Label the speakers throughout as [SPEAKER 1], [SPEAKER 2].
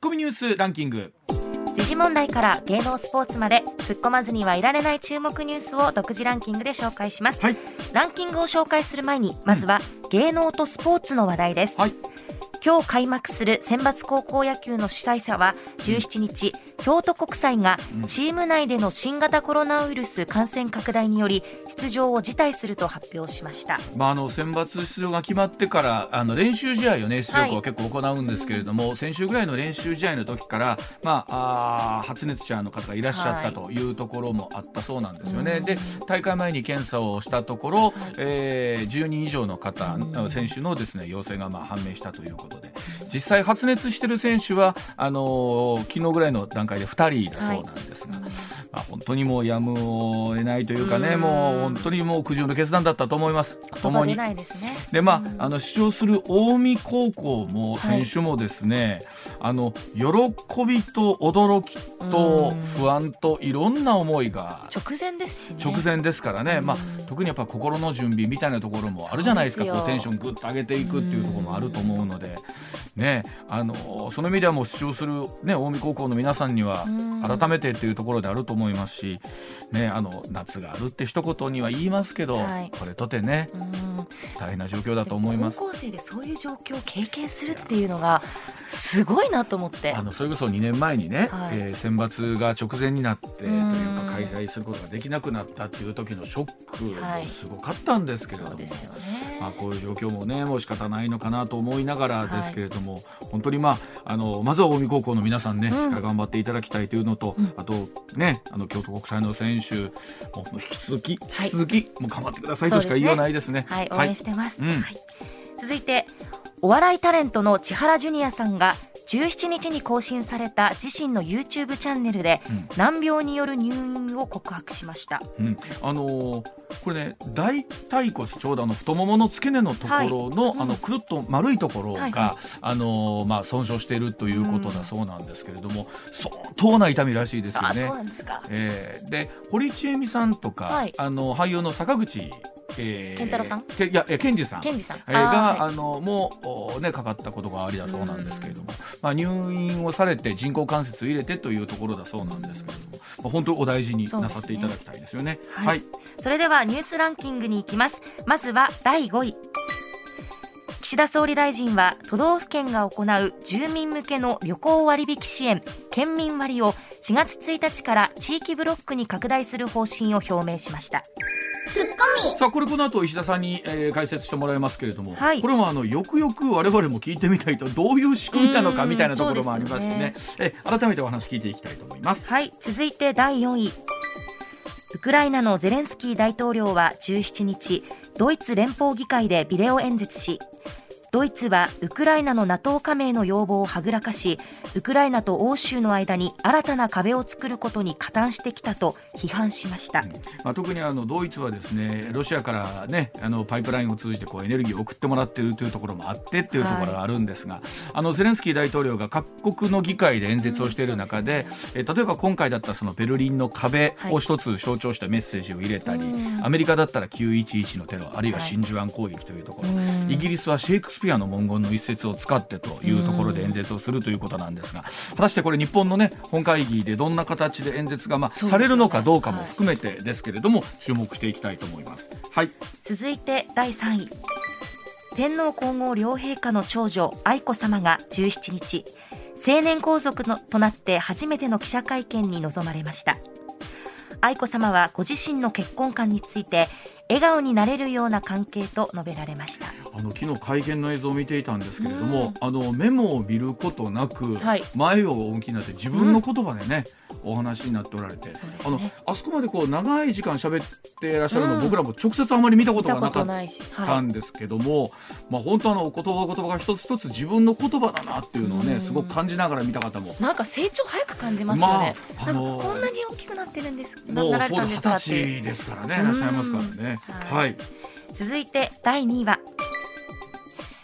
[SPEAKER 1] コミニュースランキング。
[SPEAKER 2] 時事問題から芸能スポーツまで突っ込まずにはいられない注目ニュースを独自ランキングで紹介します、
[SPEAKER 1] はい、
[SPEAKER 2] ランキングを紹介する前にまずは芸能とスポーツの話題です、
[SPEAKER 1] はい、
[SPEAKER 2] 今日開幕する選抜高校野球の主催者は17日、京都国際がチーム内での新型コロナウイルス感染拡大により出場を辞退すると発表しました。
[SPEAKER 1] 選抜出場が決まってから練習試合をね出力は結構行うんですけれども、先週ぐらいの練習試合の時から、発熱者の方がいらっしゃったというところもあったそうなんですよね、で大会前に検査をしたところ、10人以上の方、選手のですね陽性が判明したということで、実際発熱している選手は昨日ぐらいの段階で2人だそうなんですが、本当にもうやむを得ないというかね、もう本当にもう苦渋の決断だったと思います。
[SPEAKER 2] 言葉出ないですね。
[SPEAKER 1] で出場する近江高校も選手もですね、喜びと驚きと不安といろんな思いが
[SPEAKER 2] 直前ですしね。
[SPEAKER 1] 直前ですからね、特にやっぱ心の準備みたいなところもあるじゃないですか。こうテンショングッと上げていくっていうところもあると思うのでね、その意味ではもう出場する、ね、近江高校の皆さんには改めてっていうところであると思いますし、ね、夏があるって一言には言いますけど、これとてね大変な状況だと思います。
[SPEAKER 2] 高校生でそういう状況を経験するっていうのがすごいなと思って、
[SPEAKER 1] それこそ2年前にね、選抜が直前になってというか開催することができなくなったっていう時のショックもすごかったんですけれども、
[SPEAKER 2] そうですよね。
[SPEAKER 1] こういう状況もねもう仕方ないのかなと思いながらですけれども、本当にまずは近江高校の皆さんね、しっかり頑張っていただきたいというのと、あとね京都国際の選手も引き続きもう頑張ってくださいとしか言いようないですね。
[SPEAKER 2] 応援してます、続いてお笑いタレントの千原ジュニアさんが17日に更新された自身の YouTube チャンネルで、難病による入院を告白しました、
[SPEAKER 1] これね大腿骨ちょうど太ももの付け根のところの、くるっと丸いところが、損傷しているということだそうなんですけれども、相当な痛みらしいですよね。
[SPEAKER 2] そうなんですか。
[SPEAKER 1] で堀ちえみさんとか、俳優の坂口健
[SPEAKER 2] 太郎さん
[SPEAKER 1] 健二さんが、もうねかかったことがありだそうなんですけれども、入院をされて人工関節を入れてというところだそうなんですけれども、本当にお大事になさっていただきたいですよね。
[SPEAKER 2] それではニュースランキングに行きます。まずは第5位、岸田総理大臣は都道府県が行う住民向けの旅行割引支援県民割を4月1日から地域ブロックに拡大する方針を表明しました。
[SPEAKER 1] さあこれこの後石田さんに、解説してもらいますけれども、これもよくよく我々も聞いてみたいと、どういう仕組みなのかみたいなところもありましてね、改めてお話聞いていきたいと思います。
[SPEAKER 2] 続いて第4位、ウクライナのゼレンスキー大統領は17日ドイツ連邦議会でビデオ演説し、ドイツはウクライナの NATO 加盟の要望をはぐらかし、ウクライナと欧州の間に新たな壁を作ることに加担してきたと批判しました。
[SPEAKER 1] 特にドイツはですねロシアからねパイプラインを通じてエネルギーを送ってもらっているというところもあってっていうところがあるんですが、ゼレンスキー大統領が各国の議会で演説をしている中で、例えば今回だったらそのベルリンの壁を一つ象徴したメッセージを入れたり、アメリカだったら911のテロ、あるいは真珠湾攻撃というところ、イギリスはシェイクスピアの文言の一節を使ってというところで演説をするということなんですが、果たしてこれ日本のね本会議でどんな形で演説がされるのかどうかも含めてですけれども、注目していきたいと思います。
[SPEAKER 2] 続いて第3位、天皇皇后両陛下の長女愛子さまが17日成年皇族となって初めての記者会見に臨まれました。愛子さまはご自身の結婚観について笑顔になれるような関係と述べられました。
[SPEAKER 1] 昨日会見の映像を見ていたんですけれども、メモを見ることなく、前をお向きになって自分の言葉でね、お話になっておられて、あそこまで長い時間喋っていらっしゃるのを僕らも直接あまり見たことがなかったんですけども、本当言葉が一つ一つ自分の言葉だなっていうのをね、すごく感じながら見た方も
[SPEAKER 2] なんか成長早く感じますよね。なんかこんなに大きくなってるんです、
[SPEAKER 1] もう
[SPEAKER 2] なられたんですかって。
[SPEAKER 1] 20歳ですからね、いらっしゃいますからね。
[SPEAKER 2] 続いて第2位は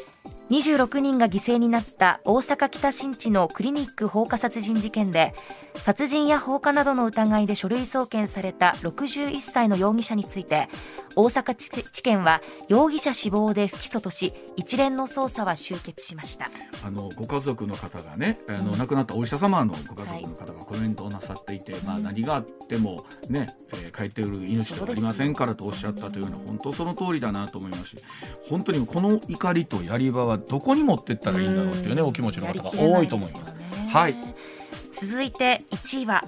[SPEAKER 2] 26人が犠牲になった大阪北新地のクリニック放火殺人事件で、殺人や放火などの疑いで書類送検された61歳の容疑者について、大阪地検は容疑者死亡で不起訴とし、一連の捜査は終結しました。
[SPEAKER 1] ご家族の方がね、亡くなったお医者様のご家族の方がコメントをなさっていて、何があってもね、帰ってくる命ではありませんからとおっしゃったというのは本当その通りだなと思いますし、本当にこの怒りとやり場はどこに持っていったらいいんだろうというね、お気持ちの方が多いと思います。はい、
[SPEAKER 2] 続いて1位は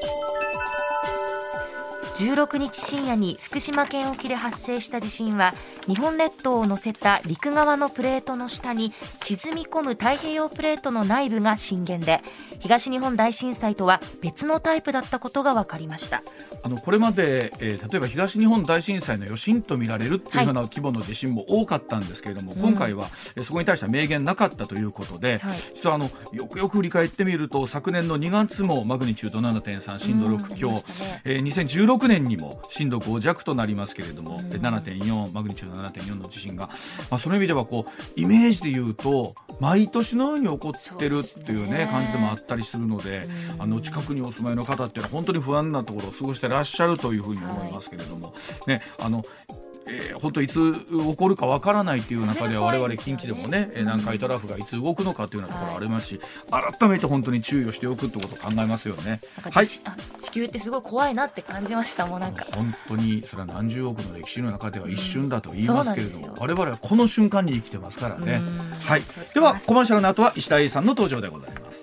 [SPEAKER 2] 16日深夜に福島県沖で発生した地震は、日本列島を乗せた陸側のプレートの下に沈み込む太平洋プレートの内部が震源で、東日本大震災とは別のタイプだったことが分かりました。
[SPEAKER 1] これまで、例えば東日本大震災の余震と見られるっていうような規模の地震も多かったんですけれども、今回はそこに対しては明言なかったということで、実はよくよく振り返ってみると、昨年の2月もマグニチュード 7.3 震度6強、2016年にも震度5弱となりますけれども、7.4 マグニチュード 7.4 の地震が、その意味ではイメージでいうと毎年のように起こってるっていうね、感じでもあったりするので、近くにお住まいの方っていうのは本当に不安なところを過ごしてらっしゃるというふうに思いますけれども、ね、本当いつ起こるかわからないという中では、我々近畿でもね、南海トラフがいつ動くのかというようなところありますし、改めて本当に注意をしておくってことを考えますよね。
[SPEAKER 2] はい、地球ってすごい怖いなって感じました。もうなんか
[SPEAKER 1] 本当にそれは何十億の歴史の中では一瞬だと言いますけれども、我々はこの瞬間に生きてますからね。はい、ではコマーシャルの後は石田英二さんの登場でございます。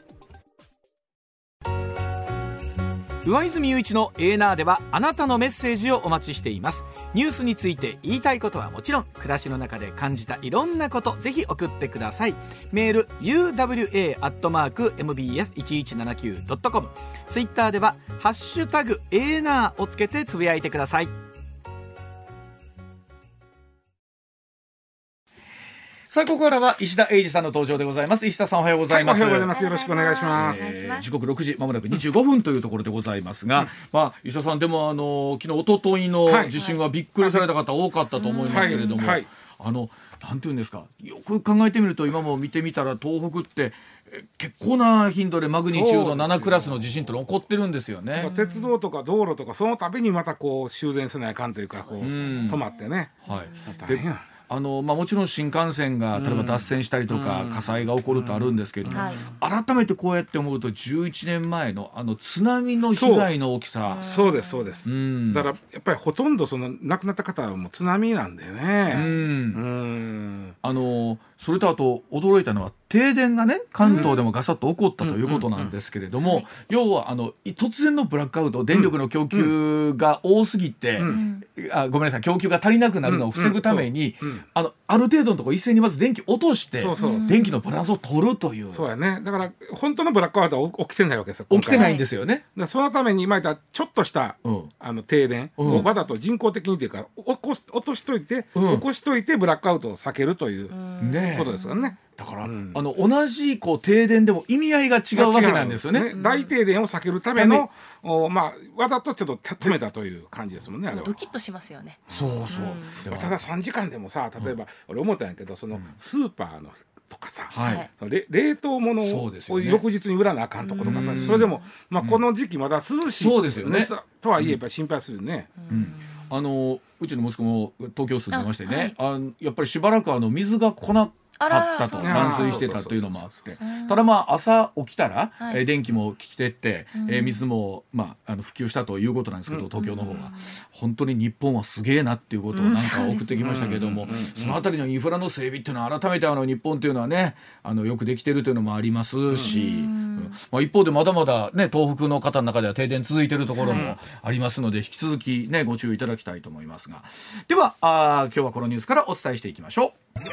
[SPEAKER 3] 上泉雄一のエーナーでは、あなたのメッセージをお待ちしています。ニュースについて言いたいことはもちろん、暮らしの中で感じたいろんなこと、ぜひ送ってください。メール uwa@mbs1179.com、 ツイッターではハッシュタグエーナーをつけてつぶやいてください。
[SPEAKER 1] さあ、ここからは石田英二さんの登場でございます。石田さん、おはようございます。
[SPEAKER 4] おはようございます。よろしくお願いします。
[SPEAKER 1] 時刻6時まもなく25分というところでございますが、石田さん、でも昨日一昨日の地震はびっくりされた方多かったと思いますけれども、なんていうんですか、よく考えてみると、今も見てみたら東北って結構な頻度でマグニチュード7クラスの地震って起こってるんですよね。
[SPEAKER 4] 鉄道とか道路とか、その度にまた修繕せないかんというか、止まってね、大変や。
[SPEAKER 1] もちろん新幹線が例えば脱線したりとか、火災が起こるとあるんですけれども、改めてこうやって思うと、11年前の津波の被害の大きさ。
[SPEAKER 4] そうですそうです、だからやっぱりほとんど亡くなった方はもう津波なんでね。
[SPEAKER 1] それとあと驚いたのは、停電がね、関東でもガサッと起こったということなんですけれども、要は突然のブラックアウト、電力の供給が多すぎて、ごめんなさい、供給が足りなくなるのを防ぐために、ある程度のところ一斉にまず電気落として、電気のバランスを取るという。
[SPEAKER 4] そうやね。だから本当のブラックアウトは起きてないわけですよ。
[SPEAKER 1] 起きてないんですよね。
[SPEAKER 4] そのために今言ったちょっとした停電をわざと人工的にというか、起こしといてブラックアウトを避けるということですよね。
[SPEAKER 1] だから、同じ停電でも意味合いが違うわけなんですよね。
[SPEAKER 4] 大停電を避けるための、わざとちょっと止めたという感じですもんね。あれは
[SPEAKER 2] ドキッとしますよね。
[SPEAKER 1] そう、
[SPEAKER 4] ただ3時間でもさ、例えば、俺思ったんやけど、スーパーのとかさ、冷凍物を翌日に売らなあかんとことか、それでも、この時期まだ涼しいとはいえ、やっぱり心配するよね。
[SPEAKER 1] うちの息子も東京住んでましてね、やっぱりしばらく水が来なかったと、断水してたというのもあって、ただ朝起きたら、電気も来てって、水も普及したということなんですけど、東京の方は本当に日本はすげえなっていうことをなんか送ってきましたけども、そのあたりのインフラの整備っていうのは改めて日本っていうのはね、よくできてるというのもありますし、一方でまだまだね、東北の方の中では停電続いてるところもありますので、引き続きね、ご注意いただきたいと思いますが、では今日はこのニュースからお伝えしていきましょう。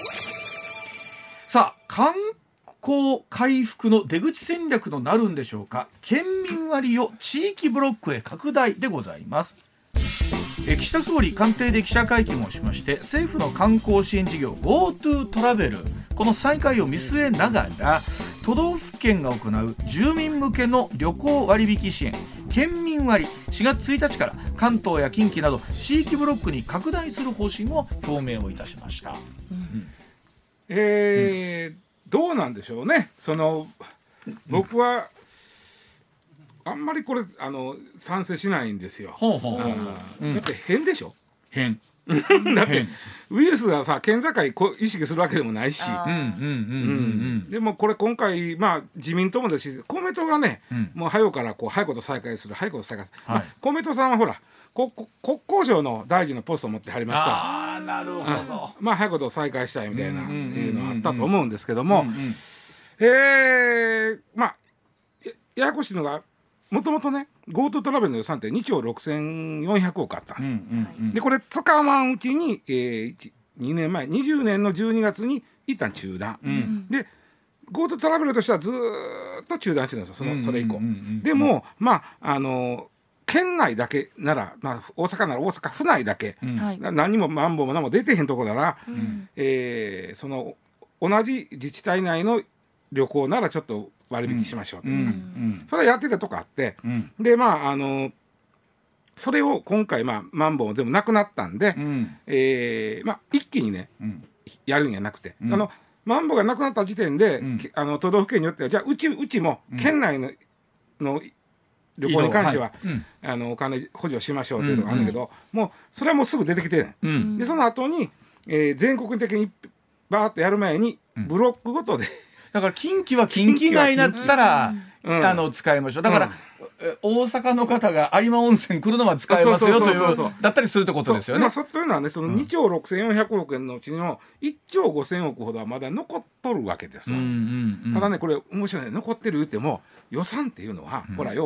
[SPEAKER 1] さあ、観光回復の出口戦略となるんでしょうか。県民割を地域ブロックへ拡大でございます。岸田総理官邸で記者会見をしまして、政府の観光支援事業 GoTo トラベル、この再開を見据えながら、都道府県が行う住民向けの旅行割引支援県民割、4月1日から関東や近畿など地域ブロックに拡大する方針を表明をいたしました。
[SPEAKER 4] どうなんでしょうね。僕はあんまりこれ賛成しないんですよ。だって変でしょ。
[SPEAKER 1] 変
[SPEAKER 4] だってウイルスがさ県境意識するわけでもないし、でもこれ今回自民党もですし公明党がね、もう早から早いこと再開する公明党さんはほら国交省の大臣のポストを持ってはりますから、
[SPEAKER 1] なるほど、
[SPEAKER 4] 早いことを再開したいみたいないうのがあったと思うんですけども、ややこしいのがもともとね GoTo トラベルの予算って2兆6400億あったんですよ。でこれ使わんうちに、2年前20年の12月に一旦中断、で GoTo トラベルとしてはずっと中断してるんですよ、それ以降。でも県内だけなら、大阪なら大阪府内だけ、何もマンボウも何も出てへんとこなら、同じ自治体内の旅行ならちょっと割引しましょうと、それはやってたとこあって、でそれを今回マンボウも全部なくなったんで、一気にね、やるんじゃなくて、マンボウがなくなった時点で、都道府県によってはじゃあうちも県内の旅行に関しては、お金補助しましょうっていうのがあるんだけど、もうそれはもうすぐ出てきてる、でその後に、全国的にバーッとやる前にブロックごとで、
[SPEAKER 1] だから近畿は近畿内だったら使いましょう。だから大阪の方が有馬温泉来るのは使えますよというだったりするってことですよね。
[SPEAKER 4] というのはね、その2兆6400億円のうちの1兆5000億ほどはまだ残っとるわけですわ。ただねこれ面白いね、残ってる言っても予算っていうのは、ほら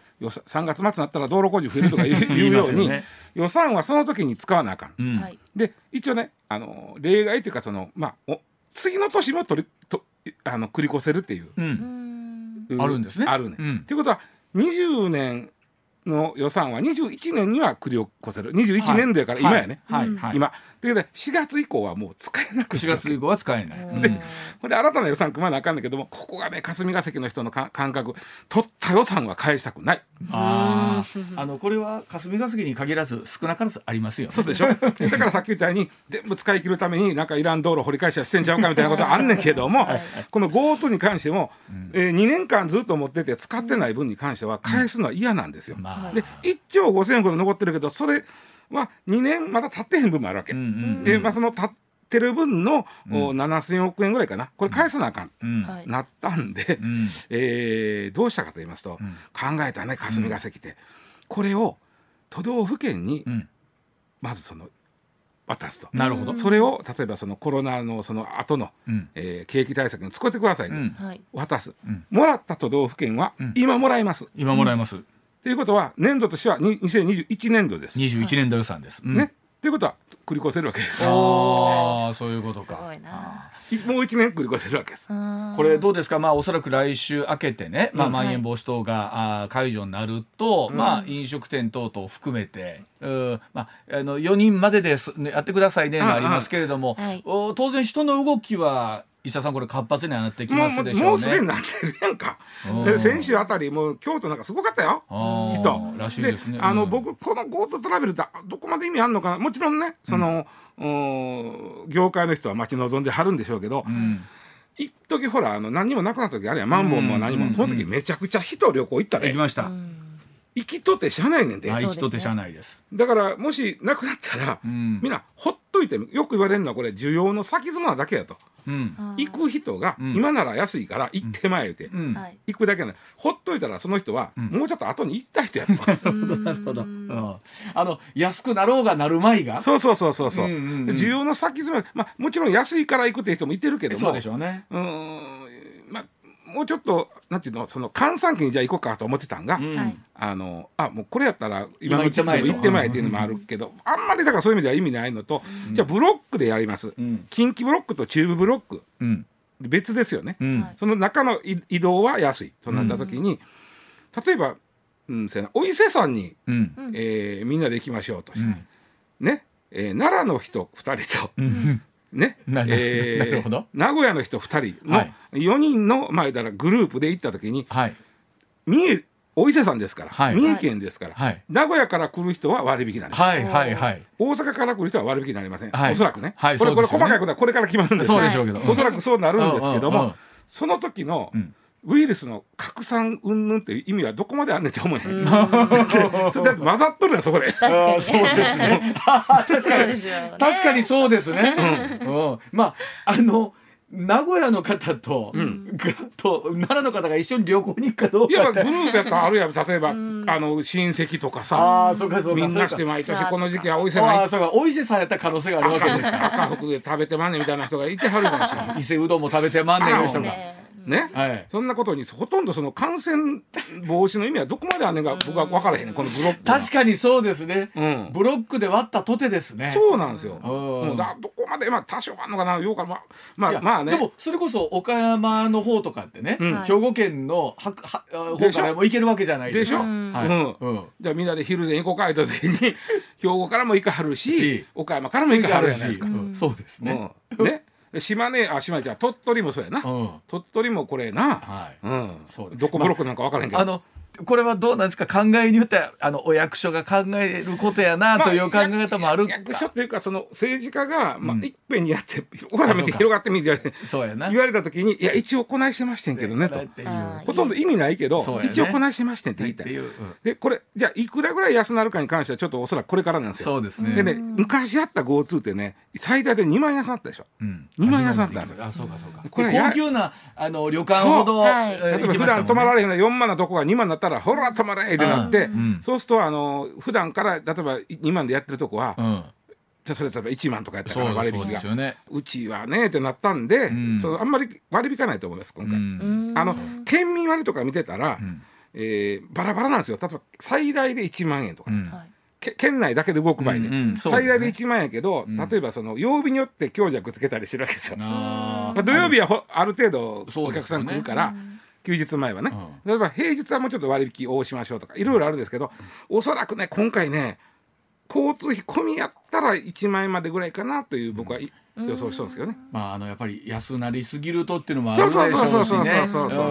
[SPEAKER 4] 3月末になったら道路工事増えるとか言うように予算はその時に使わなあかん。で一応ね例外というか次の年も繰り越せるっていう、
[SPEAKER 1] あるんですね。
[SPEAKER 4] あるね。ということは20年の予算は21年には繰り越せる。21年度やから今やね、今ということで4月以降はもう使えなく
[SPEAKER 1] 4月以降は使えない。
[SPEAKER 4] で新たな予算組まなあかんだけども、ここがね霞が関の人の感覚、取った予算は返したくない。
[SPEAKER 1] これは霞が関に限らず少なからずありますよね。
[SPEAKER 4] そうでしょ。だからさっき言ったように全部使い切るためになんかいらん道路掘り返しはしてんちゃうかみたいなことはあんねんけどもこの GoTo に関しても、2年間ずっと持ってて使ってない分に関しては返すのは嫌なんですよ。で1兆5000億残ってるけど、それは2年まだ経ってへん分もあるわけ。でその経ってる分の7000億円ぐらいかな、これ返さなあかん、なったんで、どうしたかと言いますと、考えたね霞が関って、これを都道府県にまず渡すと。
[SPEAKER 1] なるほど。
[SPEAKER 4] それを例えばコロナのその後の景気対策に使ってくださいと渡す。もらった都道府県は今もらえます。
[SPEAKER 1] 今もらえます。
[SPEAKER 4] ということは年度としては2021年度です。
[SPEAKER 1] 21年度予算です。
[SPEAKER 4] ね。ということは繰り越せるわけです。
[SPEAKER 1] そういうことか。
[SPEAKER 2] すごいな。
[SPEAKER 4] もう1年繰り越せるわけです。
[SPEAKER 1] これどうですか。おそらく来週明けてね、まん延防止等が解除になると、飲食店等々含めて4人までですやってくださいねありますけれども、当然人の動きは石田さんこれ活発にはなってきますでしょうね。
[SPEAKER 4] もうすでになってるやんか。先週あたりもう京都なんかすごかったよ人
[SPEAKER 1] らしいですね。
[SPEAKER 4] 僕この GoTo トラベルってどこまで意味あるのかな。もちろんね業界の人は待ち望んではるんでしょうけど、一時ほら何にもなくなった時あれやマンボウも何も、その時めちゃくちゃ人旅行行ったね。
[SPEAKER 1] 行きました。
[SPEAKER 4] 生きとってしゃあないねんで。
[SPEAKER 1] 生きとってしゃあないです。
[SPEAKER 4] だからもしなくなったら、みんなほっといて、よく言われるのはこれ需要の先妻だけやと。行く人が今なら安いから行ってまえって行くだけなの。ほっといたらその人はもうちょっと後に行った人やと。
[SPEAKER 1] なるほど。安くなろうがなるまいが。
[SPEAKER 4] そう需要の先妻、もちろん安いから行くって人もいてるけども、
[SPEAKER 1] そうでしょうね。
[SPEAKER 4] もうちょっとなんていうの、閑散期にじゃあ行こうかと思ってたんが、もうこれやったら今のうちでも行ってまえっていうのもあるけど、あんまりだからそういう意味では意味ないのと、じゃあブロックでやります。近畿ブロックと中部ブロック、別ですよね。その中の移動は安いとなった時に、例えば、お伊勢さんに、みんなで行きましょうとして、ね、奈良の人2人と。ね、名古屋の人2人の4人の前だらグループで行った時に、三重お伊勢さんですから、
[SPEAKER 1] はい、
[SPEAKER 4] 三重県ですから、
[SPEAKER 1] はい、
[SPEAKER 4] 名古屋から来る人は割引になります、
[SPEAKER 1] はいはいはい、
[SPEAKER 4] 大阪から来る人は割引になりません、
[SPEAKER 1] はい、
[SPEAKER 4] おそらくね、
[SPEAKER 1] はい、
[SPEAKER 4] これ細かいことはこれから決まるんですけど、
[SPEAKER 1] そうでしょうけど、
[SPEAKER 4] おそらくそうなるんですけども、その時のウイルスの拡散云々っていう意味はどこまであんねんって思えへん。それだって混ざっとるやんそこで。
[SPEAKER 2] 確かに
[SPEAKER 1] そうですね。確かにそうですね。まあ名古屋の方と、奈良の方が一緒に旅行に行くかどうか。
[SPEAKER 4] いやグループやったらあるやん。例えば親戚とかさ、みんなして毎年この時期はお伊勢さん、
[SPEAKER 1] お伊勢さんやった可能性があるわけですから。
[SPEAKER 4] 赤服で食べてまんねんみたいな人がいてはるかもしれない。
[SPEAKER 1] 伊勢うどんも食べてまんねんいう人が。
[SPEAKER 4] ね、はい、そんなことにほとんどその感染防止の意味はどこまであんねんが僕は分からへんねんこのブロック。
[SPEAKER 1] 確かにそうですね、ブロックで割ったとてですね。
[SPEAKER 4] そうなんですよ。もうどこまで多少あんのかなようかまあね。
[SPEAKER 1] でもそれこそ岡山の方とかってね、兵庫県の方からも行けるわけじゃないですか。
[SPEAKER 4] じゃあみんなで昼前行こうかいた時に兵庫からも行かはるし岡山からも行かはるじゃないですか。
[SPEAKER 1] そうですね。
[SPEAKER 4] 島根じゃ鳥取もそうやな、鳥取もこれな、どこブロックなんか分からへんけど、
[SPEAKER 1] これはどうなんですか。考えによってお役所が考えることやなという考え方もある。
[SPEAKER 4] 役所っていうかその政治家がいっぺんにやってほら見て広がってみて言われた時にいや一応こないしてましてんけどねと、ほとんど意味ないけど一応こないしてましてんって言いたい。でこれじゃあいくらぐらい安なるかに関してはちょっとおそらくこれからなんですよ。
[SPEAKER 1] そうですね。
[SPEAKER 4] でね昔あった GoTo ってね最大で2万円安なったでしょ。2万円安なったんですよ。
[SPEAKER 1] そうかこれ高級な旅館ほど
[SPEAKER 4] 例えば普段泊まられへんの4万のとこが2万になったらほら泊まらへんってなって、そうすると普段から例えば2万でやってるとこは、それ例えば1万とかやったから割引が うちはねってなったんで、あんまり割り引かないと思います今回。県民割とか見てたら、バラバラなんですよ。例えば最大で1万円とか、県内だけで動く場合ね、最大で1万円やけど、例えばその曜日によって強弱つけたりしてるわけですよ。土曜日はある程度お客さん来るから、休日前はね、例えば平日はもうちょっと割引をしましょうとかいろいろあるんですけど、おそらくね今回ね交通費込みやったら1万円までぐらいかなという僕は予想したんですけどね。
[SPEAKER 1] やっぱり安なりすぎるとっていうのもあるでしょうしね。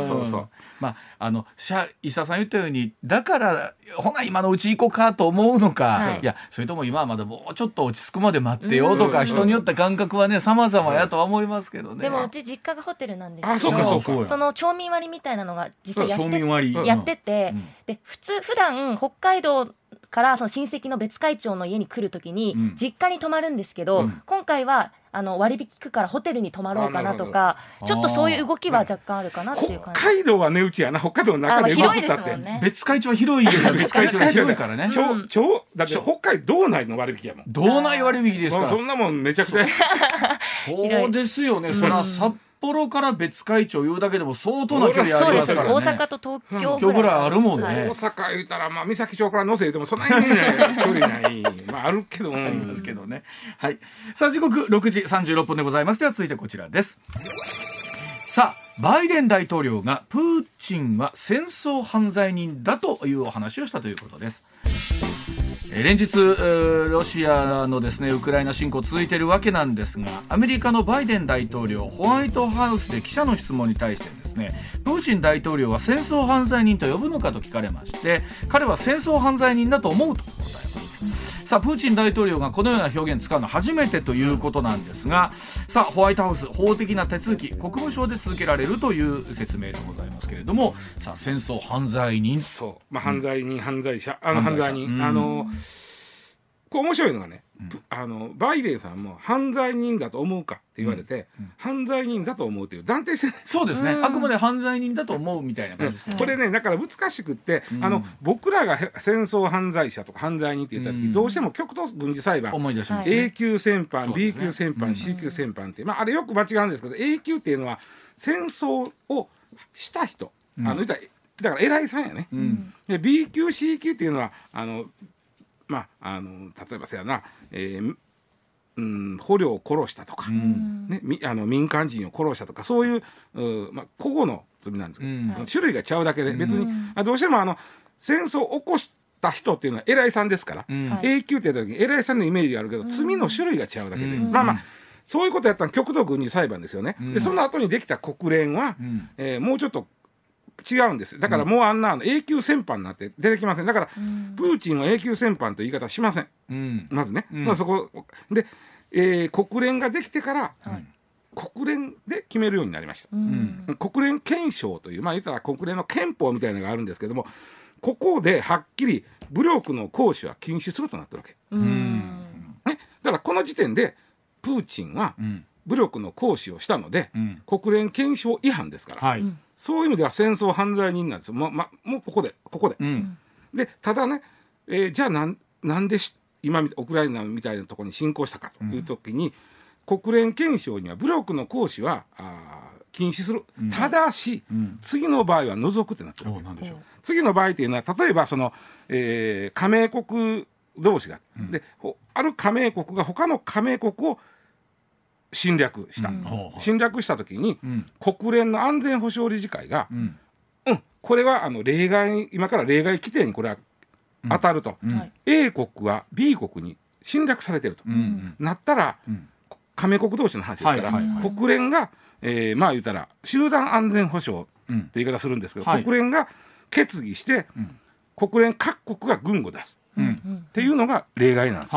[SPEAKER 1] 石田さん言ったようにだからほな今のうち行こうかと思うのか、いやそれとも今はまだもうちょっと落ち着くまで待ってよとか、人によって感覚はね様々やとは思いますけどね。
[SPEAKER 2] でもうち実家がホテルなんですけど、その町民割みたいなのが実際やってて、で普段北海道からその親戚の別海町の家に来るときに実家に泊まるんですけど、今回は割引くからホテルに泊まろうかなとか、ちょっとそういう動きは若干あるかなっていう感じ。
[SPEAKER 4] 北海道は値打ちやな。北海道の中で動くったって
[SPEAKER 1] 別海町は広いよ。別海町は広いからね。
[SPEAKER 4] だって北海道内の割引やもん。
[SPEAKER 1] 道内割引ですから。
[SPEAKER 4] そんなもんめちゃくちゃ
[SPEAKER 1] そうですよね。そら札幌から別海町言うだけでも相当な距離ありますからね。
[SPEAKER 2] 大阪と東京ぐらい
[SPEAKER 1] あるもんね。
[SPEAKER 4] 大阪言ったら三崎町から乗せてもそんなにね距離ない。あるけど
[SPEAKER 1] ありますけどね。はい。さあ時刻6時36分でございます。では続いてこちらです。さあバイデン大統領がプーチンは戦争犯罪人だというお話をしたということです。連日ロシアのですねウクライナ侵攻続いているわけなんですが、アメリカのバイデン大統領ホワイトハウスで記者の質問に対してですね、プーチン大統領は戦争犯罪人と呼ぶのかと聞かれまして、彼は戦争犯罪人だと思うと答えました。さあプーチン大統領がこのような表現を使うのは初めてということなんですが、さあホワイトハウス法的な手続き国務省で続けられるという説明でございますけれども、さあ戦争犯罪人、
[SPEAKER 4] 犯罪人、犯罪者、犯罪人、こう面白いのがね、バイデンさんも犯罪人だと思うかって言われて、犯罪人だと思うという断定してない。
[SPEAKER 1] そうですね、あくまで犯罪人だと思うみたいな感じですね。
[SPEAKER 4] これねだから難しくって、僕らが戦争犯罪者とか犯罪人って言った時、どうしても極東軍事裁判、
[SPEAKER 1] 思い出します、
[SPEAKER 4] A 級戦犯、B 級戦犯、C 級戦犯って、あれよく間違うんですけど A 級っていうのは戦争をした人、だから偉いさんやね、で B 級 C 級っていうのは例えばせやな、捕虜を殺したとか、民間人を殺したとか、そういう個々の罪なんですけど、種類が違うだけで別に、どうしても戦争を起こした人っていうのは偉いさんですから、A 級って言った時に偉いさんのイメージがあるけど、罪の種類が違うだけで、そういうことやったら極東軍事裁判ですよね。でその後にできた国連は、もうちょっと違うんです。だからもうあんな永久戦犯になって出てきません。だからプーチンは永久戦犯という言い方はしません、まずね、そこで、国連ができてから、国連で決めるようになりました、国連憲章という、言ったら国連の憲法みたいなのがあるんですけども、ここではっきり武力の行使は禁止するとなってるわけ、だからこの時点でプーチンは武力の行使をしたので、国連憲章違反ですから、そういう意味では戦争犯罪人なんですよ。もうここで、でただね、じゃあなんで今ウクライナみたいなところに侵攻したかという時に、国連憲章には武力の行使は禁止する、ただし、次の場合は除くってなってるわけ。次の場合というのは、例えばその、加盟国同士が、である加盟国が他の加盟国を侵略した時に、国連の安全保障理事会が、これは例外、今から例外規定にこれは当たると、A 国は B 国に侵略されてると、なったら、加盟国同士の話ですから、国連が、言うたら集団安全保障って言い方するんですけど、国連が決議して、国連各国が軍を出す、っていうのが例外なんです、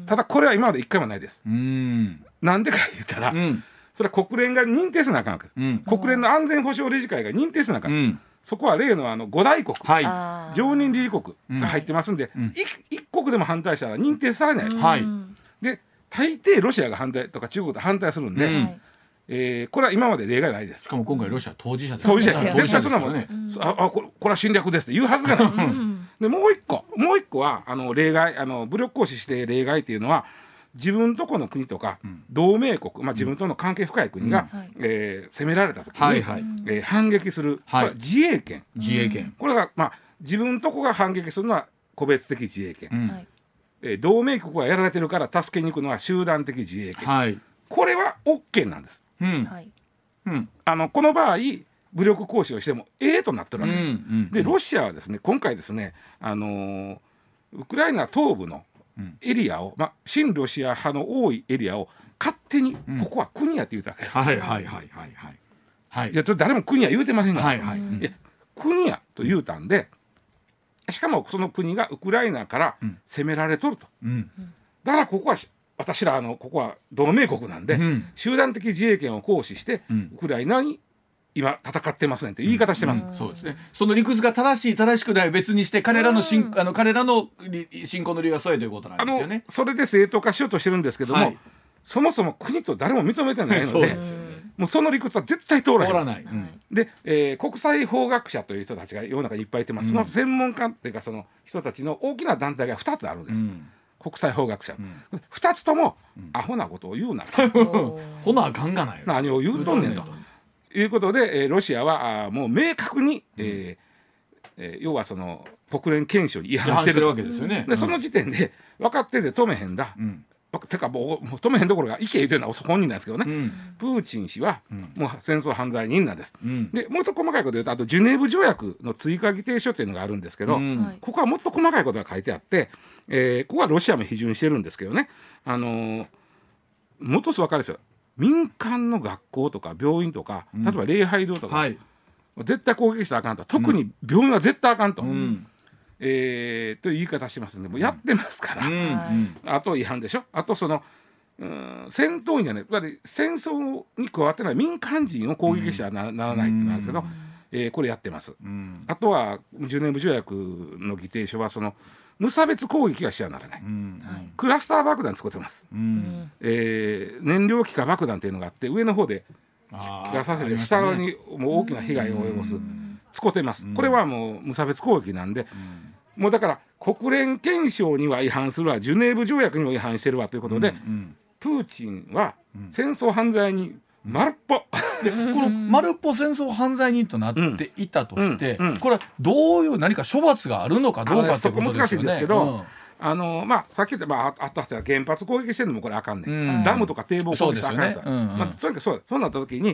[SPEAKER 4] ただこれは今まで一回もないです。なんでか言ったら、それは国連が認定せなあかんわけです、国連の安全保障理事会が認定せなあかん、そこは例の5大国、常任理事国が入ってますんで、一国でも反対したら認定されないです、で大抵ロシアが反対とか中国で反対するんで、これは今まで例外ないです。
[SPEAKER 1] しかも今回ロシア当事者です
[SPEAKER 4] ね。絶対そんなもんね、これは侵略ですって言うはずがない、でもう一個は例外、武力行使して例外っていうのは、自分とこの国とか同盟国、自分との関係深い国が、攻められた時に、反撃する、これは自衛権、これが、自分とこが反撃するのは個別的自衛権、同盟国がやられてるから助けに行くのは集団的自衛権、これは OK なんです、この場合武力行使をしてもとなってるわけです、でロシアはですね、今回ですね、ウクライナ東部のエリアを、親ロシア派の多いエリアを勝手に、ここは国やって言うたわけです。いや誰も国や言うてませんが、国やと言うたんで、しかもその国がウクライナから攻められとると、だからここは私らここは同盟国なんで、集団的自衛権を行使して、ウクライナに今戦ってますねって言い方してます、
[SPEAKER 1] そうですね。その理屈が正しい正しくない別にして、彼らの侵攻の理由はそうやということなんですよね。
[SPEAKER 4] それで正当化しようとしてるんですけども、そもそも国と誰も認めてないので、もうその理屈は絶対通らない。で、国際法学者という人たちが世の中にいっぱいいてます、その専門家っていうかその人たちの大きな団体が2つあるんです、国際法学者、2つともアホなことを言うな
[SPEAKER 1] ほなあかんがない、
[SPEAKER 4] 何を言うとんねんということで、ロシアはもう明確に、要はその国連憲章に違反してる
[SPEAKER 1] わけですよね。
[SPEAKER 4] でその時点で分かってて止めへんだ、てかもう止めへんどころが意見言うてるのは本人なんですけどね、プーチン氏はもう戦争犯罪人なんです、でもう一つ細かいこと言うと、あとジュネーブ条約の追加議定書っていうのがあるんですけど、ここはもっと細かいことが書いてあって、ここはロシアも批准してるんですけどね、もっと分かるんですよ。民間の学校とか病院とか、例えば礼拝堂とか、絶対攻撃したらあかんと、特に病院は絶対あかんと、という言い方してますんで、もうやってますから、あと違反でしょ。あとその戦闘員がね、戦争に加わってない民間人を攻撃してはならないってなんですけど、これやってます、あとはジュネーブ条約の議定書はその無差別攻撃はしてはならない、クラスター爆弾使ってます、燃料気化爆弾っていうのがあって、上の方で気化させて下側にもう大きな被害を及ぼす、使ってます。これはもう無差別攻撃なんで、もうだから国連憲章には違反するわ、ジュネーブ条約にも違反してるわということで、プーチンは戦争犯罪人丸っぽ
[SPEAKER 1] でこの丸っぽ戦争犯罪人となっていたとして、これはどういう何か処罰があるのかどうかということですよね。
[SPEAKER 4] そこ難しいんですけど、さっき言った、あった原発攻撃してるのもこれあかんねん、ダムとか堤防攻撃してあかんと、とにかくそうなった時に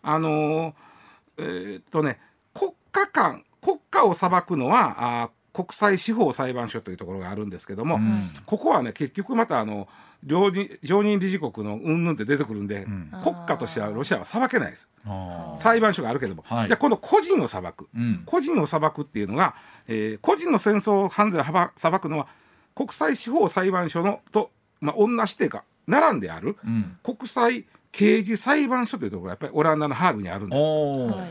[SPEAKER 4] 国家を裁くのは国際司法裁判所というところがあるんですけども、ここはね結局また常任理事国の云々って出てくるんで、国家としてはロシアは裁けないです。裁判所があるけども、じゃあ今度個人を裁く、個人を裁くっていうのが、個人の戦争犯罪を裁くのは国際司法裁判所のと、同じ手が並んである、国際刑事裁判所というところがやっぱりオランダのハーグにあるんです。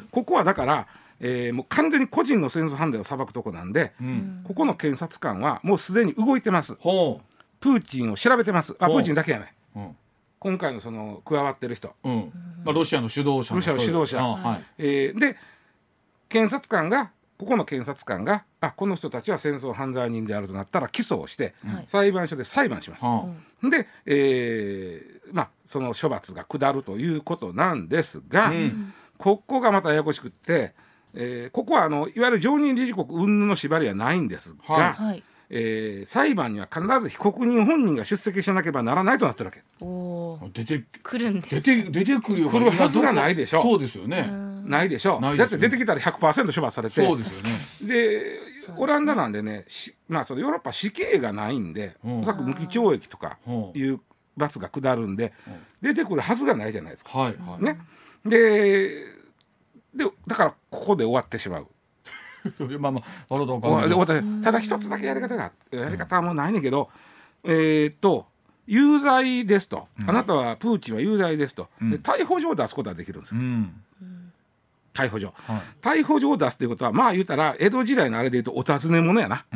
[SPEAKER 4] ここはだから、もう完全に個人の戦争犯罪を裁くとこなんで、ここの検察官はもうすでに動いてます。プーチンを調べてます。プーチンだけやね、今回のその加わってる人、
[SPEAKER 1] ロシアの主導者
[SPEAKER 4] で検察官がここの検察官がこの人たちは戦争犯罪人であるとなったら起訴をして、裁判所で裁判します。で、その処罰が下るということなんですが、ここがまたややこしくって、ここはいわゆる常任理事国云々の縛りはないんですが、裁判には必ず被告人本人が出席しなければならないとなってるわけ。
[SPEAKER 1] 出て
[SPEAKER 2] くるんです。
[SPEAKER 1] 出てくるよ。
[SPEAKER 4] 来るはずがないでしょ。
[SPEAKER 1] そうですよね。
[SPEAKER 4] ないでしょ。だって出てきたら 100% 処罰されて。
[SPEAKER 1] そうですよね。
[SPEAKER 4] でオランダなんでね、そのヨーロッパ死刑がないんで、おそらく無期懲役とかいう罰が下るんで、出てくるはずがないじゃないですか。ね。でだからここで終わってしまう。ただ一つだけやり方はもうないねんけど、有罪ですと、あなたはプーチンは有罪ですと、で逮捕状を出すことができるんですよ。逮捕状、逮捕状を出すということは言うたら江戸時代のあれでいうとお尋ね者やな。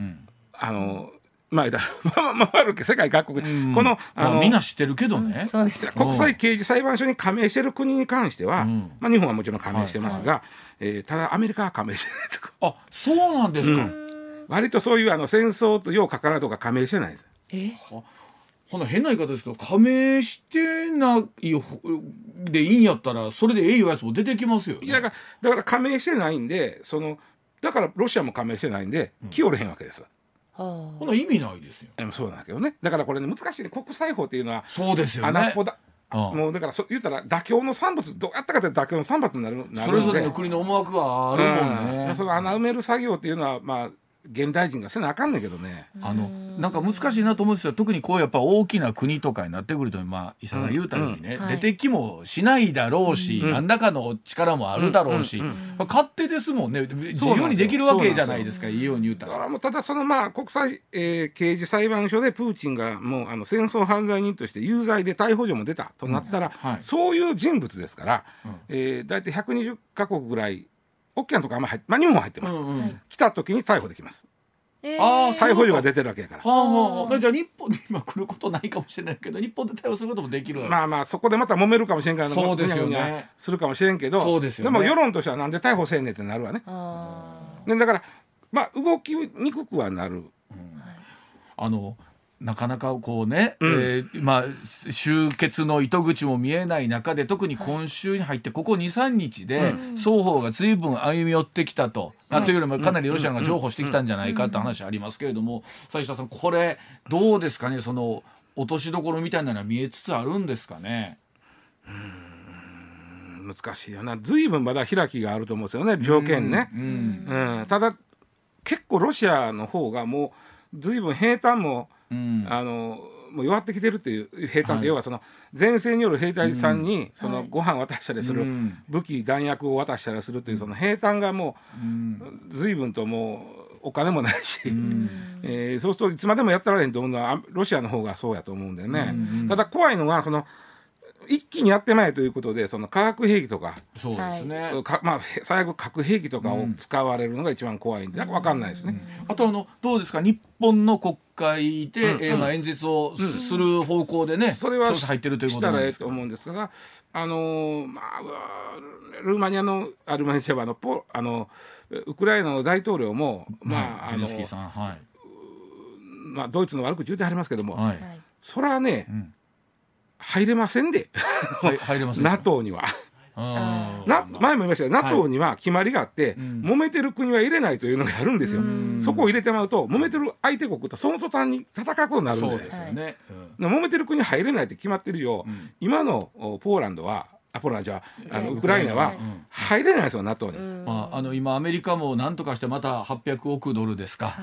[SPEAKER 4] 回るけ世界各国、この
[SPEAKER 1] みんな知ってるけどね、
[SPEAKER 4] 国際刑事裁判所に加盟している国に関しては、日本はもちろん加盟してますが、ただアメリカは加盟してないです。
[SPEAKER 1] そうなんですか。
[SPEAKER 4] 割とそういう戦争とようかからとか加盟してないです。
[SPEAKER 1] 変な言い方ですけど、加盟してないでいいんやったらそれでええやつも出てきますよね。
[SPEAKER 4] だから加盟してないんで、だからロシアも加盟してないんで来おれへんわけです。
[SPEAKER 1] 意味ないですよ。
[SPEAKER 4] そうなんだけどね。だからこれね、難しいね。国際法っていうのは
[SPEAKER 1] そうですよね。
[SPEAKER 4] 穴っぽだ。もうだから言ったら妥協の産物、どうやったかって妥協の産物になるので、
[SPEAKER 1] それぞれの国の思惑があるもんね。
[SPEAKER 4] その穴埋める作業っていうのは現代人がせなあかんねんけどね。
[SPEAKER 1] なんか難しいなと思うんですよ。特にこうやっぱ大きな国とかになってくると、伊佐さん言うたようにね、出てきもしないだろうし、何らかの力もあるだろうし、勝手ですもんね。自由にできるわけじゃないですか、いいように言うたら。
[SPEAKER 4] だからもうただ国際、刑事裁判所でプーチンがもう戦争犯罪人として有罪で逮捕状も出たとなったら、そういう人物ですから、大体120カ国ぐらい大きなところ日本は入ってます。来た時に逮捕できます。逮捕状が出てるわけやから。
[SPEAKER 1] じゃあ日本に今来ることないかもしれないけど、日本で逮捕することもできる。
[SPEAKER 4] そこでまた揉めるかもしれんから、
[SPEAKER 1] そうですよね。
[SPEAKER 4] するかもしれんけど、でも世論としてはなんで逮捕せんねんってなるわね。だから動きにくくはなる。
[SPEAKER 1] なかなかこうね、終結の糸口も見えない中で、特に今週に入ってここ 2,3 日で双方が随分歩み寄ってきたと、というよりもかなりロシアが譲歩してきたんじゃないかって話ありますけれども、斉下さん、これどうですかね。その落としどころみたいなのは見えつつあるんですかね。
[SPEAKER 4] 難しいよな。随分まだ開きがあると思うんですよね、条件ね。ただ結構ロシアの方がもう随分兵隊ももう弱ってきてるっていう兵隊って、要はその前線による兵隊さんにご飯渡したりする、武器弾薬を渡したりするというその兵隊がもう随分ともうお金もないし、そうするといつまでもやってられへんと思うのはロシアの方がそうやと思うんだよね。ただ怖いのが一気にやってまえということで、その化学兵器とか、
[SPEAKER 1] そうですね、
[SPEAKER 4] 最悪核兵器とかを使われるのが一番怖いんで、分かんないですね。
[SPEAKER 1] あとどうですか、日本の国会で演説をする方向でね、
[SPEAKER 4] それは
[SPEAKER 1] 入ってるということなんですけど、
[SPEAKER 4] したらええと思うんですが、ルーマニアのウクライナの大統領も
[SPEAKER 1] ゼレンスキーさん、
[SPEAKER 4] ドイツの悪口言うてはりますけども、それはね、入れませんで
[SPEAKER 1] 入れません
[SPEAKER 4] NATO には前も言いましたが、NATO には決まりがあって、揉めてる国は入れないというのがあるんですよ。そこを入れてまうと、揉めてる相手国とその途端に戦うことになるんで、
[SPEAKER 1] そうですよね。
[SPEAKER 4] 揉めてる国入れないって決まってるよ。今のポーランドはポランじゃウクライナは入れないですよ NATO に。
[SPEAKER 1] 今アメリカも何とかしてまた800億ドルですか、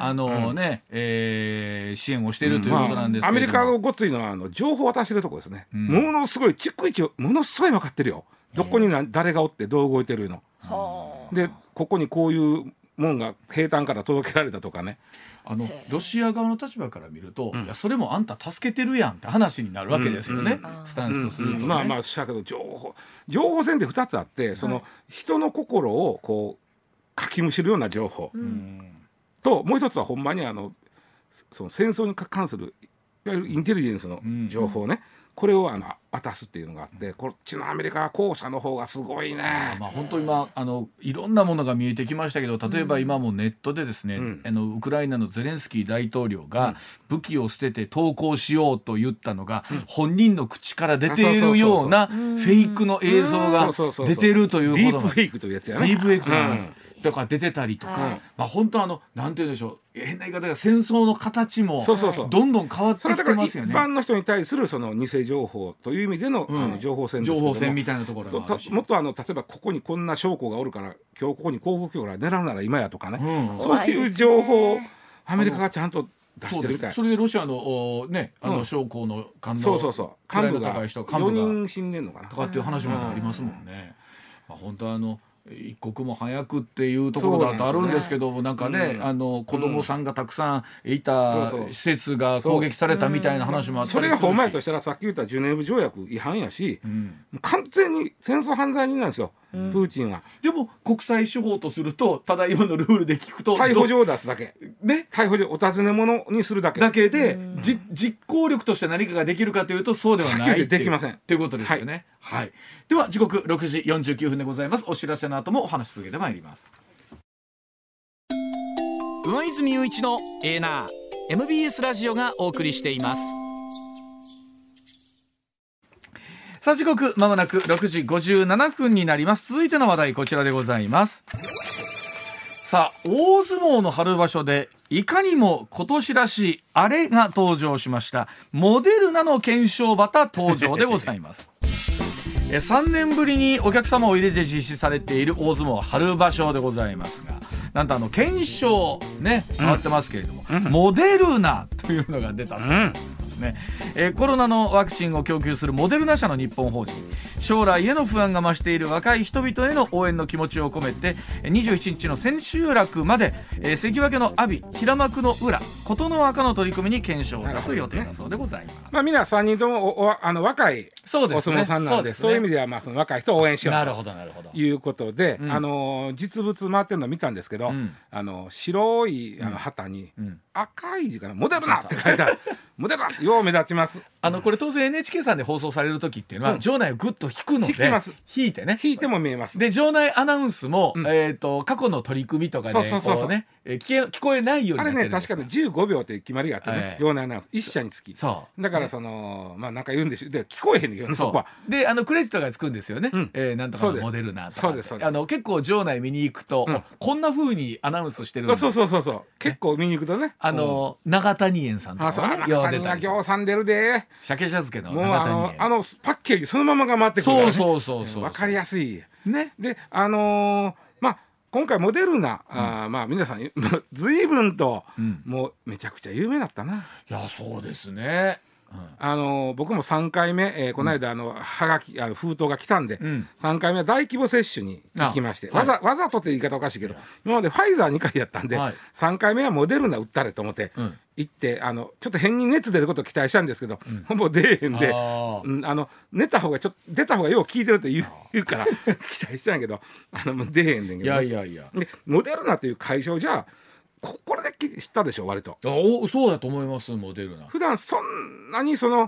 [SPEAKER 1] 支援をしているということなんですけど、
[SPEAKER 4] アメリカのごついのは情報を渡してるところですね、ものすごい逐一ものすごい分かってるよ、どこに誰がおってどう動いてるの、でここにこういうもんが兵隊から届けられたとかね。
[SPEAKER 1] ロシア側の立場から見ると、いやそれもあんた助けてるやんって話になるわけですよね、スタンスとするとね。
[SPEAKER 4] まあしたけど情報戦って2つあって、その人の心をこうかきむしるような情報、ともう一つはほんまにその戦争に関するいわゆるインテリジェンスの情報ね、これを渡すっていうのがあって、こっちのアメリカは後者の方がすごいね。
[SPEAKER 1] 本当今いろんなものが見えてきましたけど、例えば今もネットでですね、ウクライナのゼレンスキー大統領が武器を捨てて投降しようと言ったのが、本人の口から出ているようなフェイクの映像が出てるということ。
[SPEAKER 4] ディープフェイクというやつやね。
[SPEAKER 1] ディープフェイクとか出てたりとか、本当なんて言うんでしょう、変な言い方が戦争の形もどんどん変わってきてますよね。
[SPEAKER 4] それだから一般の人に対するその偽情報という意味での、情報戦ですけども、
[SPEAKER 1] 情報戦みたいなところもあるし、
[SPEAKER 4] もっと例えばここにこんな将校がおるから今日ここに航空機が狙うなら今やとかね、そういう情報をアメリカがちゃんと出してるみたい。
[SPEAKER 1] それでロシアの将校の幹部
[SPEAKER 4] が4人死んでんのかな
[SPEAKER 1] とかっていう話までありますもんね。本当一刻も早くっていうところだとあるんですけど、なんかね、子供さんがたくさんいた施設が攻撃されたみたいな話もあったりするし、
[SPEAKER 4] それがほんまやとしたらさっき言ったジュネーブ条約違反やし、完全に戦争犯罪人なんですよ、プーチンは。
[SPEAKER 1] でも国際司法とすると、ただ今のルールで聞くと
[SPEAKER 4] 逮捕状を出すだけ、
[SPEAKER 1] ね、
[SPEAKER 4] 逮捕状お尋ね者にするだけ
[SPEAKER 1] で、実行力として何かができるかというとそうではない
[SPEAKER 4] できません
[SPEAKER 1] ということですよね。では時刻6時49分でございます。お知らせの後もお話し続けてまいります。
[SPEAKER 3] 上泉雄一のエーナー MBS ラジオがお送りしています。
[SPEAKER 1] さあ時刻まもなく6時57分になります。続いての話題こちらでございます。さあ大相撲の春場所でいかにも今年らしいあれが登場しました。モデルナの検証馬登場でございます3年ぶりにお客様を入れて実施されている大相撲春場所でございますが、なんと検証ね変わってますけれども、モデルナというのが出たそうですね。コロナのワクチンを供給するモデルナ社の日本法人、将来への不安が増している若い人々への応援の気持ちを込めて27日の千秋楽まで関脇の阿炎、平幕の宇良、琴ノ若の取り組みに検証を出す予定だそうでございます。
[SPEAKER 4] みんな3人とも若いお相撲さんなんで、そういう意味ではその若い人を応援しようということで、実物回ってるの見たんですけど、白い旗に赤い字かな、モデルナって書いてあるモデルナよう目立ちます。
[SPEAKER 1] これ当然 NHK さんで放送される時っていうのは、場内をグッと引くので引いてね、
[SPEAKER 4] 引いても見えます。
[SPEAKER 1] で場内アナウンスも、過去の取り組みとかで聞こえないようになってるんです。
[SPEAKER 4] 確かに15秒って決まりがあってね、場内アナウンス1社につき、だからなんか言うんでしょ、で聞こえへんねんけどね、そこは。
[SPEAKER 1] でクレジットがつくんですよね、なんとかのモデルナとか結構場内見に行くと、こんな風にアナウンスしてるんです。
[SPEAKER 4] そう結構見に行くとね、
[SPEAKER 1] 長谷園さんとかね、
[SPEAKER 4] 長谷が行さんでるで、
[SPEAKER 1] 鮭茶漬けの
[SPEAKER 4] 長谷園、パッケージそのままが回ってくるからね、そう分かりやすいね。で今回モデルナ、皆さんずいぶんと、もうめちゃくちゃ有名だったな。
[SPEAKER 1] いやそうですね。
[SPEAKER 4] 僕も3回目、この間はがき封筒が来たんで、3回目は大規模接種に行きまして、わざとって言い方おかしいけど、今までファイザー2回やったんで、3回目はモデルナ打ったれと思って行って、ちょっと変に熱出ることを期待したんですけど、ほぼ出えへんで、出た方がよう効いてるって言うから期待したんやけど、出えへんねんけど、でモデルナという会社をじゃあこれで知ったでしょ、割と。
[SPEAKER 1] そうだと思います。モデルナ
[SPEAKER 4] 普段そんなにこの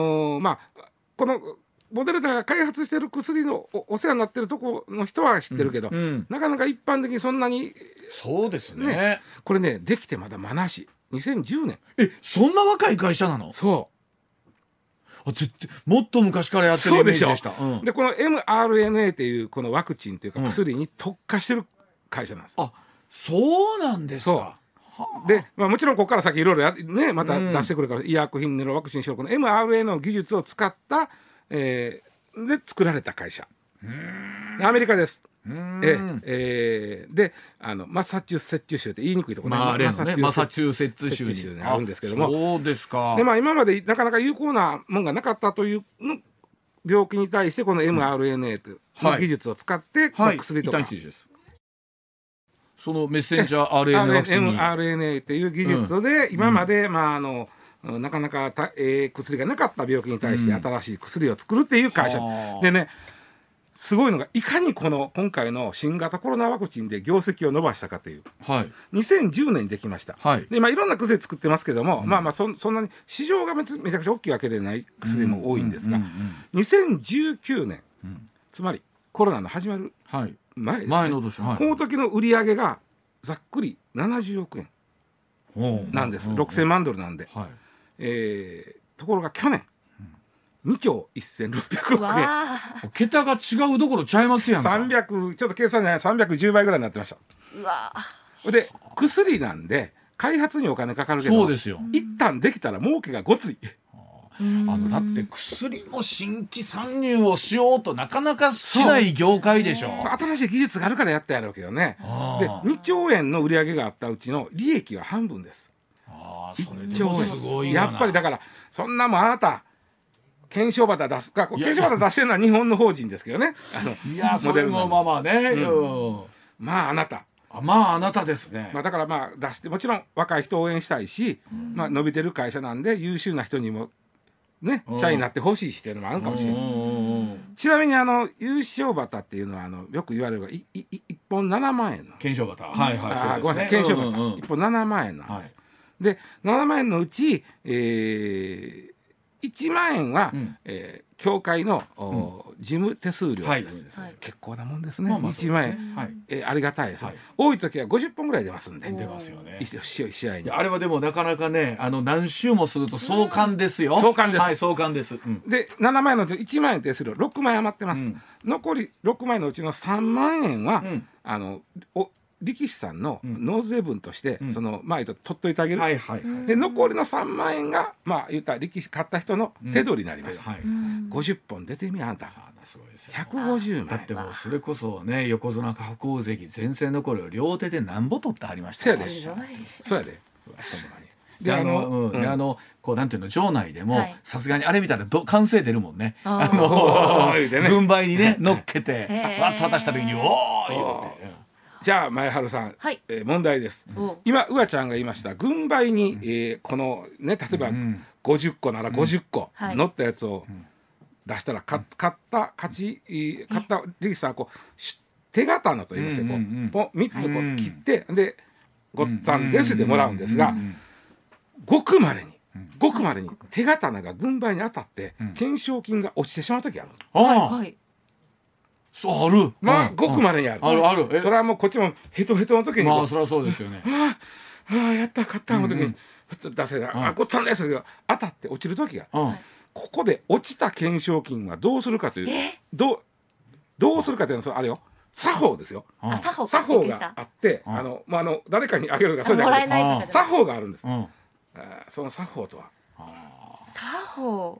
[SPEAKER 4] モデルナが開発してる薬のお世話になってるとこの人は知ってるけど、なかなか一般的にそんなに。
[SPEAKER 1] そうですね。
[SPEAKER 4] これねできてまだ間なし2010年。
[SPEAKER 1] そんな若い会社なの？絶対もっと昔からやってるイメージでした。
[SPEAKER 4] でこの mRNA っていうこのワクチンというか薬に特化してる会社なんです。
[SPEAKER 1] そうなんですか。
[SPEAKER 4] で、もちろんここから先いろいろまた出してくるから、医薬品のワクチンしろこの mRNA の技術を使った、で作られた会社アメリカです。でマサチューセッツ州って言いにくいところね、
[SPEAKER 1] マサチューセッツ州
[SPEAKER 4] にあるんですけども、
[SPEAKER 1] そうですか。
[SPEAKER 4] で今までなかなか有効なものがなかったというの病気に対してこの mRNA という技術を使って、薬とか、
[SPEAKER 1] そのメッセンジャー RNA ワクチンに
[SPEAKER 4] mRNA っていう技術で今まで、なかなか薬がなかった病気に対して新しい薬を作るっていう会社でね、すごいのがいかに今回の新型コロナワクチンで業績を伸ばしたかという、2010年にできました、で今いろんな薬作ってますけども、そんなに市場がめちゃくちゃ大きいわけでない薬も多いんですが、2019年、つまりコロナの始まる前ですね、
[SPEAKER 1] 前の年、
[SPEAKER 4] この時の売り上げがざっくり70億円なんです。6000万ドルなんで、ところが去年2兆1600億円、
[SPEAKER 1] 桁が違うどころちゃいますやんか。
[SPEAKER 4] 300ちょっと計算じゃない、310倍ぐらいになってました。で薬なんで開発にお金かかるけど、
[SPEAKER 1] そうですよ、
[SPEAKER 4] 一旦できたら儲けがごつい。
[SPEAKER 1] だって薬の新規参入をしようとなかなかしない業界でしょ。
[SPEAKER 4] 新しい技術があるからやったやろうけどね。で2兆円の売り上げがあったうちの利益は半分です。1兆円すごいやっぱりだからそんなもんあなた検証旗出すか、検証旗出してるのは日本の法人ですけどね。
[SPEAKER 1] いやそれもね、
[SPEAKER 4] あなた
[SPEAKER 1] あなたですね。
[SPEAKER 4] だから出して、もちろん若い人を応援したいし、伸びてる会社なんで優秀な人にもね社員になってほしいしっていうのもあるかもしれない。ちなみに優勝旗っていうのはよく言われるが1本7万円の
[SPEAKER 1] 検証旗、
[SPEAKER 4] ごめんなさい、検証旗1本7万円なんです。で7万円のうち1万円は協会の事務手数料です。結構なもんですね。1万円ありがたいです。多い時は50本ぐらい出ますんで。
[SPEAKER 1] 出ますよね。
[SPEAKER 4] 試合に。
[SPEAKER 1] あれはでもなかなかね、何週もすると壮観ですよ。
[SPEAKER 4] 壮観です。
[SPEAKER 1] 壮観です。
[SPEAKER 4] で7万円の1万円手数料6万円余ってます。残り6万円のうちの3万円は力士さんの納税分として取っといてあげる。で残りの3万円が言ったら力士買った人の手取りになります。50本出てみあんた150万円。
[SPEAKER 1] だってもうそれこそね、横綱白鵬関前線の頃両手でなんぼ取ってはりましたよね。
[SPEAKER 4] そうやで。
[SPEAKER 1] でこうなんていうの、場内でもさすがにあれ見たら歓声出るもんね。軍配にね乗っけてわっと渡した時におー言うて。
[SPEAKER 4] じゃあ前原さん、問題です。今うわちゃんが言いました軍配に、このね例えば50個なら50個乗ったやつを出したら勝った力士さんは手刀と言いますよ、3つ切ってでごっつぁんですでもらうんですが、ごくまれに手刀が軍配に当たって懸賞金が落ちてしまう時ある。
[SPEAKER 1] そうある。
[SPEAKER 4] ごくまでにある。それはもうこっちもヘトヘトの時に
[SPEAKER 1] そりゃそうですよね。
[SPEAKER 4] やった勝ったの時に出せたごっつぁんですが当たって落ちる時が、ここで落ちた懸賞金はどうするかというどうするかというのはあれよ、作法ですよ。作法があって誰かにあげるとかそうじゃなくて作法があるんです。その作法とは
[SPEAKER 2] 作法。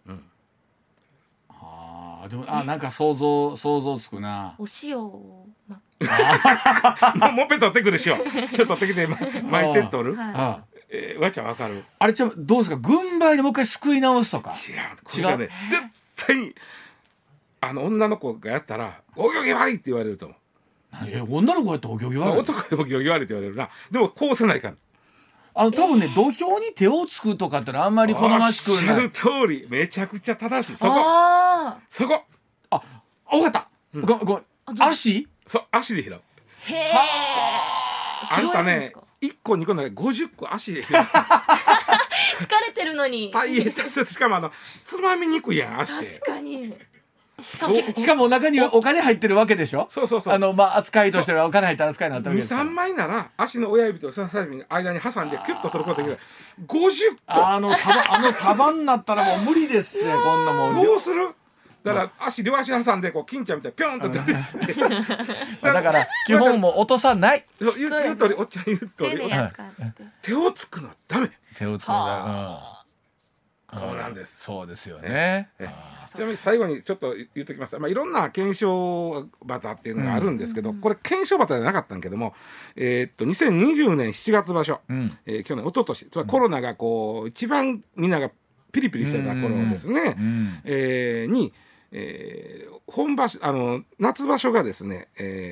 [SPEAKER 1] でもなんか想像つくな。
[SPEAKER 2] お塩を
[SPEAKER 4] もっぺん取ってくる塩取ってきて巻いて取る。わちゃんわかる。
[SPEAKER 1] あれどうですか、軍配でもう一回すくい直すとか。
[SPEAKER 4] 違うね、絶対に女の子がやったらお行儀悪いって言われると思う。
[SPEAKER 1] 女の子やったらお行儀悪い。
[SPEAKER 4] 男でもお行儀悪いって言われるな。でもこうせないかん。
[SPEAKER 1] 多分ね土俵に手をつくとかってのはあんまり好ましくない。
[SPEAKER 4] おっしゃる通り、めちゃくちゃ正しい。そこ
[SPEAKER 1] 分かった。ご足
[SPEAKER 4] 足で拾う。
[SPEAKER 2] へえ。
[SPEAKER 4] あんたね1個2個なら50個足で拾う。
[SPEAKER 2] 疲れてるのに
[SPEAKER 4] 大変です。しかもつまみにくいやん足で。
[SPEAKER 2] 確かに。
[SPEAKER 1] しかも中にお金入ってるわけでしょ。
[SPEAKER 4] そう
[SPEAKER 1] 扱いとしてはお金入った扱いになったわけですから。
[SPEAKER 4] 2、3枚なら足の親指と人差し指の間に挟んでキュッと取ることができる。50個
[SPEAKER 1] 束になったらもう無理ですね。こんなもん
[SPEAKER 4] どうする。だから両足挟んで金ちゃんみたいにピョンと取る。
[SPEAKER 1] だから基本も落とさない。
[SPEAKER 4] 言うとりおっちゃん言うとり手をつくのはダメ。
[SPEAKER 1] 手をつくのは
[SPEAKER 4] そうなんです。
[SPEAKER 1] そうですよね。
[SPEAKER 4] ちなみに最後にちょっと言っときます。いろんな検証旗っていうのがあるんですけど、これ検証旗じゃなかったんけども、2020年7月場所、去年一昨年、つまりコロナがこう一番みんながピリピリしてた頃ですね、に、本場所夏場所がですね、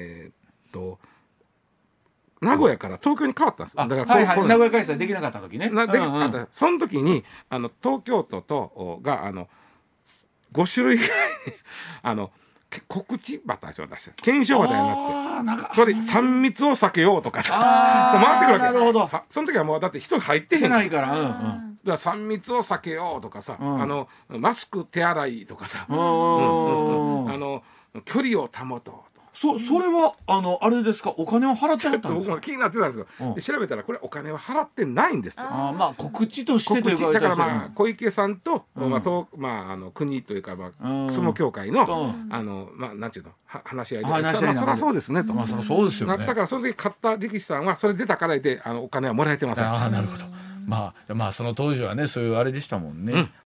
[SPEAKER 4] 名古屋から東京に変わったんです。だ
[SPEAKER 1] から名古屋開催できなかった時ね。
[SPEAKER 4] その時に東京都とが5種類ぐらい告知旗を出してる、検証旗じゃなくて、それ3密を避けようとかさ、回ってくるわけ。
[SPEAKER 1] なるほど。
[SPEAKER 4] その時はもうだって人入ってへん
[SPEAKER 1] ないから、
[SPEAKER 4] だから3密を避けようとかさ、マスク手洗いとかさ、距離を保とう。
[SPEAKER 1] それはあれですか、お金を払ってはったんですか？
[SPEAKER 4] 僕も気になってたんですけど、調べたらこれお金は払ってないんですと。
[SPEAKER 1] まあ告知としてというか、
[SPEAKER 4] だから小池さんと国というか相撲協会のなんていうの話し合いで、そりゃそうですねと。
[SPEAKER 1] そりゃそうですよね。
[SPEAKER 4] だからその時買った力士さんはそれ出たからでお金はもらえてません。
[SPEAKER 1] なるほど。まあその当時はね、そういうあれでしたもんね。